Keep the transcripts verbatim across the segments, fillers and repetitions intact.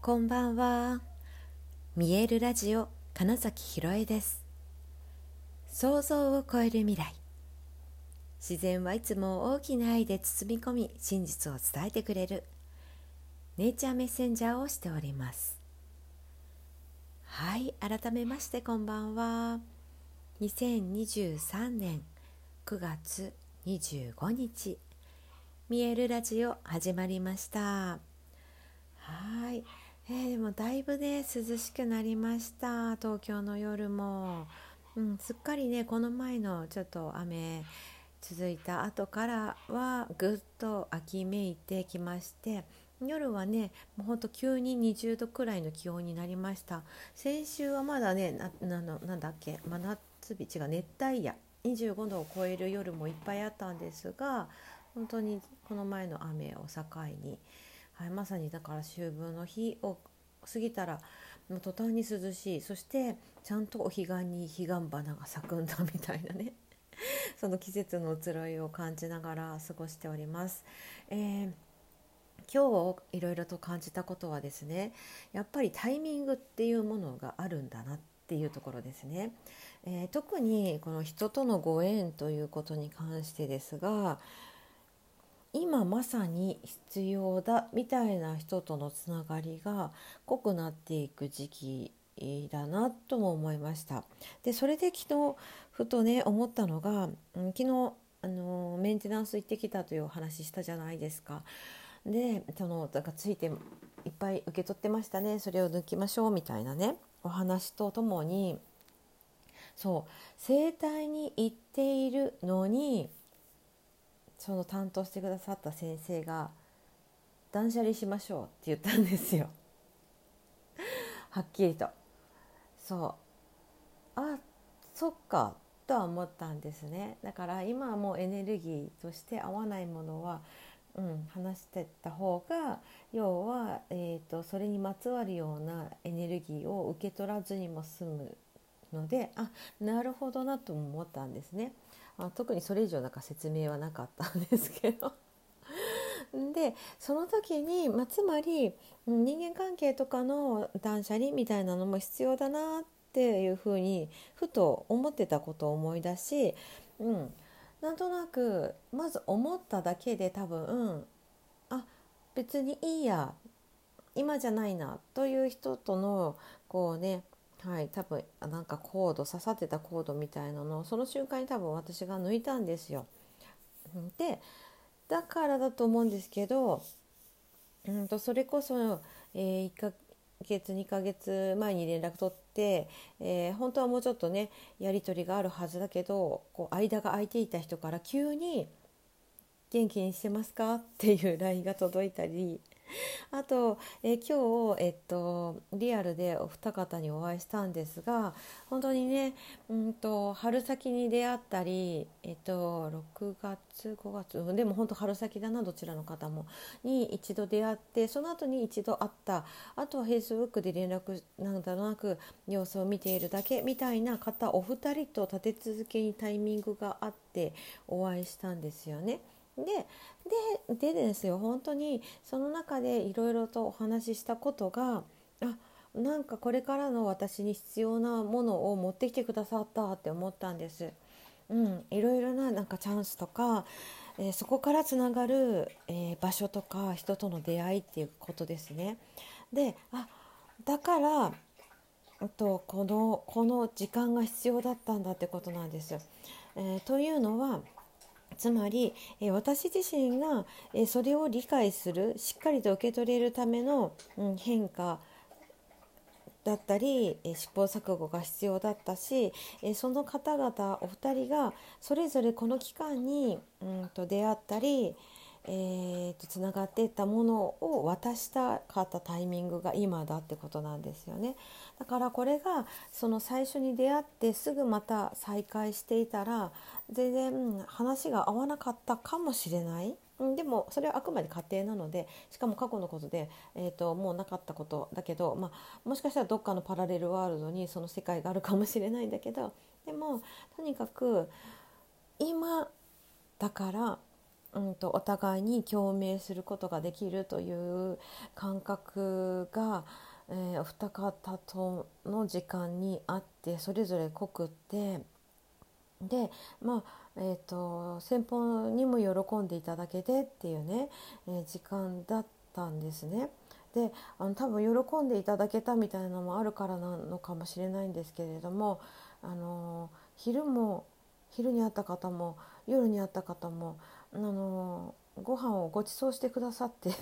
こんばんは。見えるラジオ金崎ひろえです。想像を超える未来。自然はいつも大きな愛で包み込み、真実を伝えてくれるネイチャーメッセンジャーをしております。はい、改めましてこんばんは。にせんにじゅうさんねんくがつにじゅうごにち、見えるラジオ始まりました。はい、えー、でもだいぶね涼しくなりました。東京の夜も、うん、すっかりねこの前のちょっと雨続いた後からはぐっと秋めいてきまして、夜はねもうほんと急ににじゅうどくらいの気温になりました。先週はまだね な, なのなんだっけ真夏日、違う熱帯夜にじゅうごどを超える夜もいっぱいあったんですが、本当にこの前の雨を境に、はい、まさにだから秋分の日を過ぎたらもう途端に涼しい、そしてちゃんとお彼岸に彼岸花が咲くんだみたいなねその季節の移ろいを感じながら過ごしております。えー今日いろいろと感じたことはですね、やっぱりタイミングっていうものがあるんだなっていうところですね。えー特にこの人とのご縁ということに関してですが、今まさに必要だみたいな人とのつながりが濃くなっていく時期だなとも思いました。でそれで昨日ふとね思ったのが、うん、昨日あのメンテナンス行ってきたというお話したじゃないですか。でそのだからついていっぱい受け取ってましたね、それを抜きましょうみたいなねお話とともに、そう整体に行っているのにその担当してくださった先生が断捨離しましょうって言ったんですよはっきりと。そうあそっかとは思ったんですね。だから今はもうエネルギーとして合わないものは、うん、話してった方が、要は、えーと、それにまつわるようなエネルギーを受け取らずにも済むので、あ、なるほどなと思ったんですね。あ、特にそれ以上なんか説明はなかったんですけどでその時に、まあ、つまり人間関係とかの断捨離みたいなのも必要だなっていうふうにふと思ってたことを思い出し、うん、なんとなくまず思っただけで多分、うん、あ別にいいや今じゃないなという人とのこうね、はい、多分なんかコード刺さってたコードみたいなのをその瞬間に多分私が抜いたんですよ。でだからだと思うんですけど、うんとそれこそ、えー、いっかげつにかげつまえに連絡取って、えー本当はもうちょっとねやり取りがあるはずだけど、こう間が空いていた人から急に元気にしてますかっていう ライン が届いたり、あと、えー今日、えっと、リアルでお二方にお会いしたんですが、本当にね、うんと、春先に出会ったり、えっと、ろくがつ、ごがつ、うんでも本当春先だな、どちらの方も、に一度出会って、その後に一度会った、あとは Facebook で連絡なんだろうなく様子を見ているだけみたいな方、お二人と立て続けにタイミングがあってお会いしたんですよね。でででですよ、本当にその中でいろいろとお話ししたことが、あなんかこれからの私に必要なものを持ってきてくださったって思ったんです。うん、いろいろななんかチャンスとか、えーそこからつながる、えー場所とか人との出会いっていうことですね。で、あだからあとこのこの時間が必要だったんだってことなんですよ。えーというのはつまり、えー私自身が、えーそれを理解する、しっかりと受け取れるための、うん、変化だったり、えー試行錯誤が必要だったし、えーその方々お二人がそれぞれこの期間に、うん、と出会ったり、えー、とつながっていったものを渡したかったタイミングが今だってことなんですよね。だからこれがその最初に出会ってすぐまた再会していたら全然うん話が合わなかったかもしれない。うんでもそれはあくまで仮定なので、しかも過去のことで、えー、ともうなかったことだけど、まあ、もしかしたらどっかのパラレルワールドにその世界があるかもしれないんだけど、でもとにかく今だからうんとお互いに共鳴することができるという感覚が、えーお二方との時間にあって、それぞれ濃くって、でまあえー、と先方にも喜んでいただけてっていうね、えー時間だったんですね。であの多分喜んでいただけたみたいなのもあるからなのかもしれないんですけれども、あの昼も昼に会った方も夜に会った方も、あのご飯をご馳走してくださって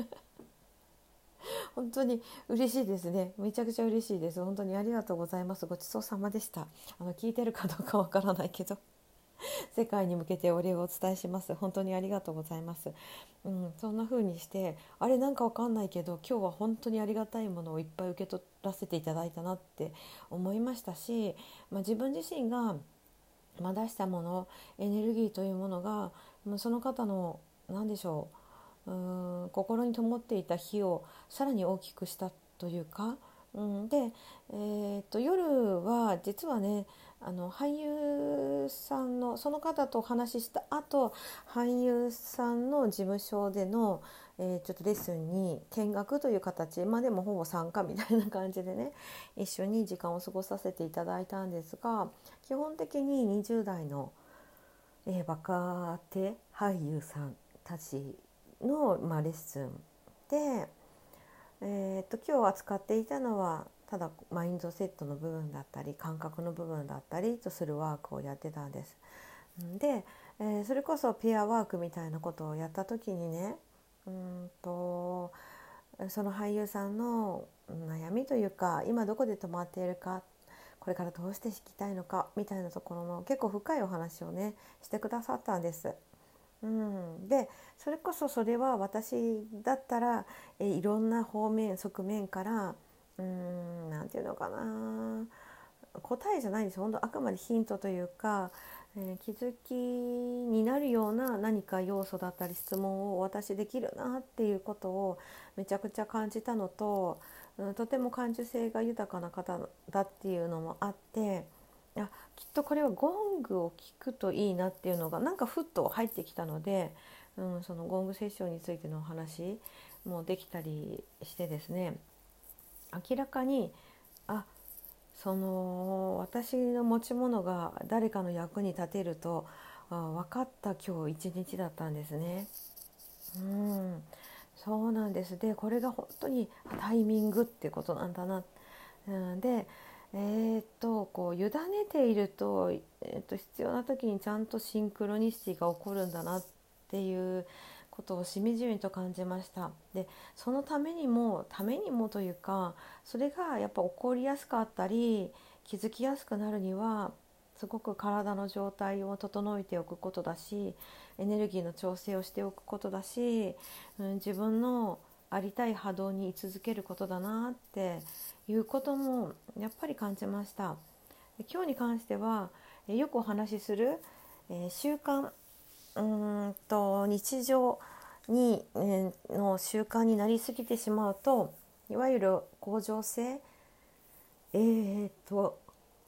本当に嬉しいですね。めちゃくちゃ嬉しいです。本当にありがとうございます。ごちそうさまでした。あの聞いてるかどうかわからないけど世界に向けてお礼をお伝えします。本当にありがとうございます。うん、そんな風にしてあれなんかわかんないけど今日は本当にありがたいものをいっぱい受け取らせていただいたなって思いましたし、まあ、自分自身がまあ出したものエネルギーというものが、まあその方の何でしょう、うーん心に灯っていた火をさらに大きくしたというか、うん、で、えーっと夜は実はね、あの俳優さんのその方とお話しした後、俳優さんの事務所での、えーちょっとレッスンに見学という形、まあでもほぼ参加みたいな感じでね、一緒に時間を過ごさせていただいたんですが、基本的ににじゅう代の、えー若手俳優さんたちの、まあ、レッスンで、えー、と今日扱っていたのはただマインドセットの部分だったり感覚の部分だったりとするワークをやってたんです。で、えーそれこそペアワークみたいなことをやった時にね、うんとその俳優さんの悩みというか、今どこで止まっているか、これからどうして弾きたいのかみたいなところの結構深いお話をねしてくださったんです。うん、でそれこそそれは私だったらえいろんな方面側面からうーんなんていうのかな、答えじゃないんですよ。本当あくまでヒントというか、えー気づきになるような何か要素だったり質問をお渡しできるなっていうことをめちゃくちゃ感じたのと、うん、とても感受性が豊かな方だっていうのもあって、あきっとこれはゴングを聞くといいなっていうのがなんかふっと入ってきたので、うん、そのゴングセッションについてのお話もできたりしてですね、明らかにあその私の持ち物が誰かの役に立てるとあ分かった今日一日だったんですね。うん、そうなんです。でこれが本当にタイミングってことなんだな。うん、でえーっとこう委ねていると、えーっと必要な時にちゃんとシンクロニシティが起こるんだなっていうことをしみじみと感じました。でそのためにもためにもというか、それがやっぱ起こりやすかったり気づきやすくなるにはすごく体の状態を整えておくことだし、エネルギーの調整をしておくことだし、うん、自分のありたい波動に居続けることだなっていうこともやっぱり感じました。で今日に関してはえよくお話しする、えー習慣うーんと日常に、えーの習慣になりすぎてしまうと、いわゆる恒常性、えーっと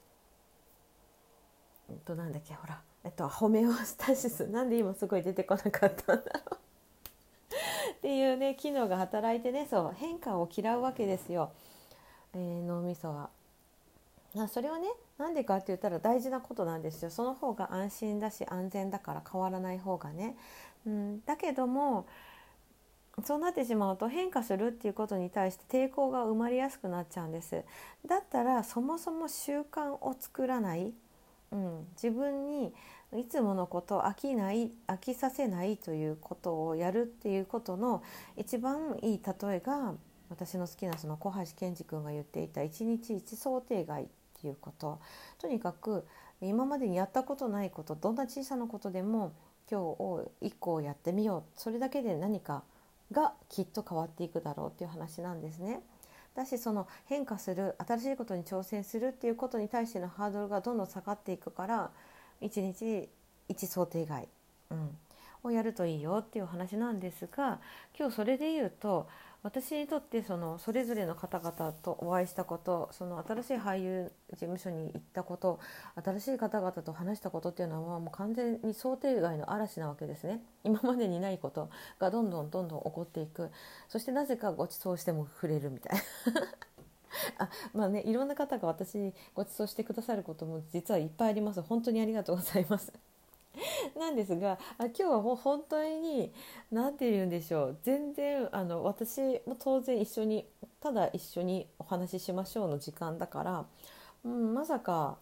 えっとなんだっけほらえっとホメオスタシスなんで今すごい出てこなかったんだろうっていうね機能が働いてね、そう変化を嫌うわけですよ、えー脳みそは。それはねなんでかって言ったら大事なことなんですよ。その方が安心だし安全だから変わらない方がね、うん、だけどもそうなってしまうと変化するっていうことに対して抵抗が生まれやすくなっちゃうんです。だったらそもそも習慣を作らない、うん、自分にいつものことを飽きない飽きさせないということをやるっていうことの一番いい例えが、私の好きなその小橋健二君が言っていた一日一想定外っていうこと。とにかく今までにやったことないこと、どんな小さなことでも今日一個やってみよう、それだけで何かがきっと変わっていくだろうっていう話なんですね。だしその変化する新しいことに挑戦するっていうことに対してのハードルがどんどん下がっていくから、一日一想定外、うん、をやるといいよっていう話なんですが、今日それで言うと私にとってそのそれぞれの方々とお会いしたこと、その新しい俳優事務所に行ったこと、新しい方々と話したことっていうのはもう完全に想定外の嵐なわけですね。今までにないことがどんどんどんどん起こっていく。そしてなぜかご馳走しても触れるみたいなあ、まあね、いろんな方が私にご馳走してくださることも実はいっぱいあります。本当にありがとうございますなんですが、あ、今日はもう本当に何て言うんでしょう、全然あの私も当然一緒に、ただ一緒にお話ししましょうの時間だから、うん、まさか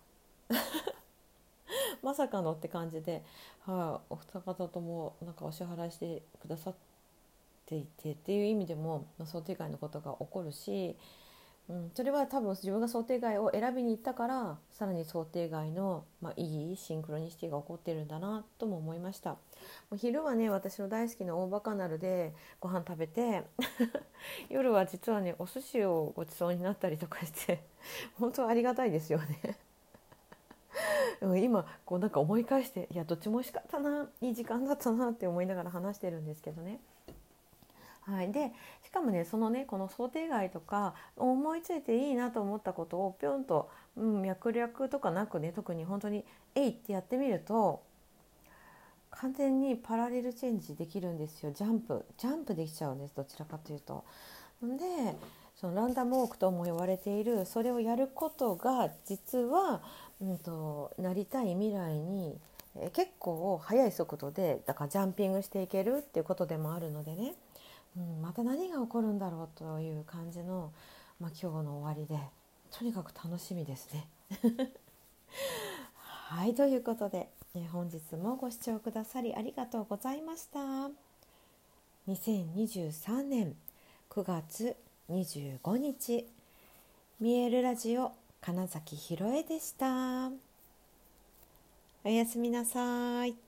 まさかのって感じで、はい、お二方ともなんかお支払いしてくださっていてっていう意味でも、まあ、想定外のことが起こるし、うん、それは多分自分が想定外を選びに行ったから、さらに想定外の、まあ、いいシンクロニシティが起こってるんだなとも思いました。もう昼はね、私の大好きな大バカなるでご飯食べて夜は実はね、お寿司をごちそうになったりとかして本当ありがたいですよね今こうなんか思い返して、いやどっちも美味しかったな、いい時間だったなって思いながら話してるんですけどね。はい、でしかもね、そのね、この想定外とか思いついていいなと思ったことをぴょんと、うん、脈略とかなくね、特に本当にえいってやってみると完全にパラレルチェンジできるんですよ。ジャンプジャンプできちゃうんです、どちらかというと。でそのランダムウォークとも言われている、それをやることが実は、うんと、なりたい未来にえ結構速い速度でだからジャンピングしていけるっていうことでもあるのでね、うん、また何が起こるんだろうという感じの、まあ、今日の終わりで、とにかく楽しみですねはい、ということで、え本日もご視聴くださりありがとうございました。にせんにじゅうさんねんくがつにじゅうごにち、見えるラジオ金崎ひろえでした。おやすみなさい。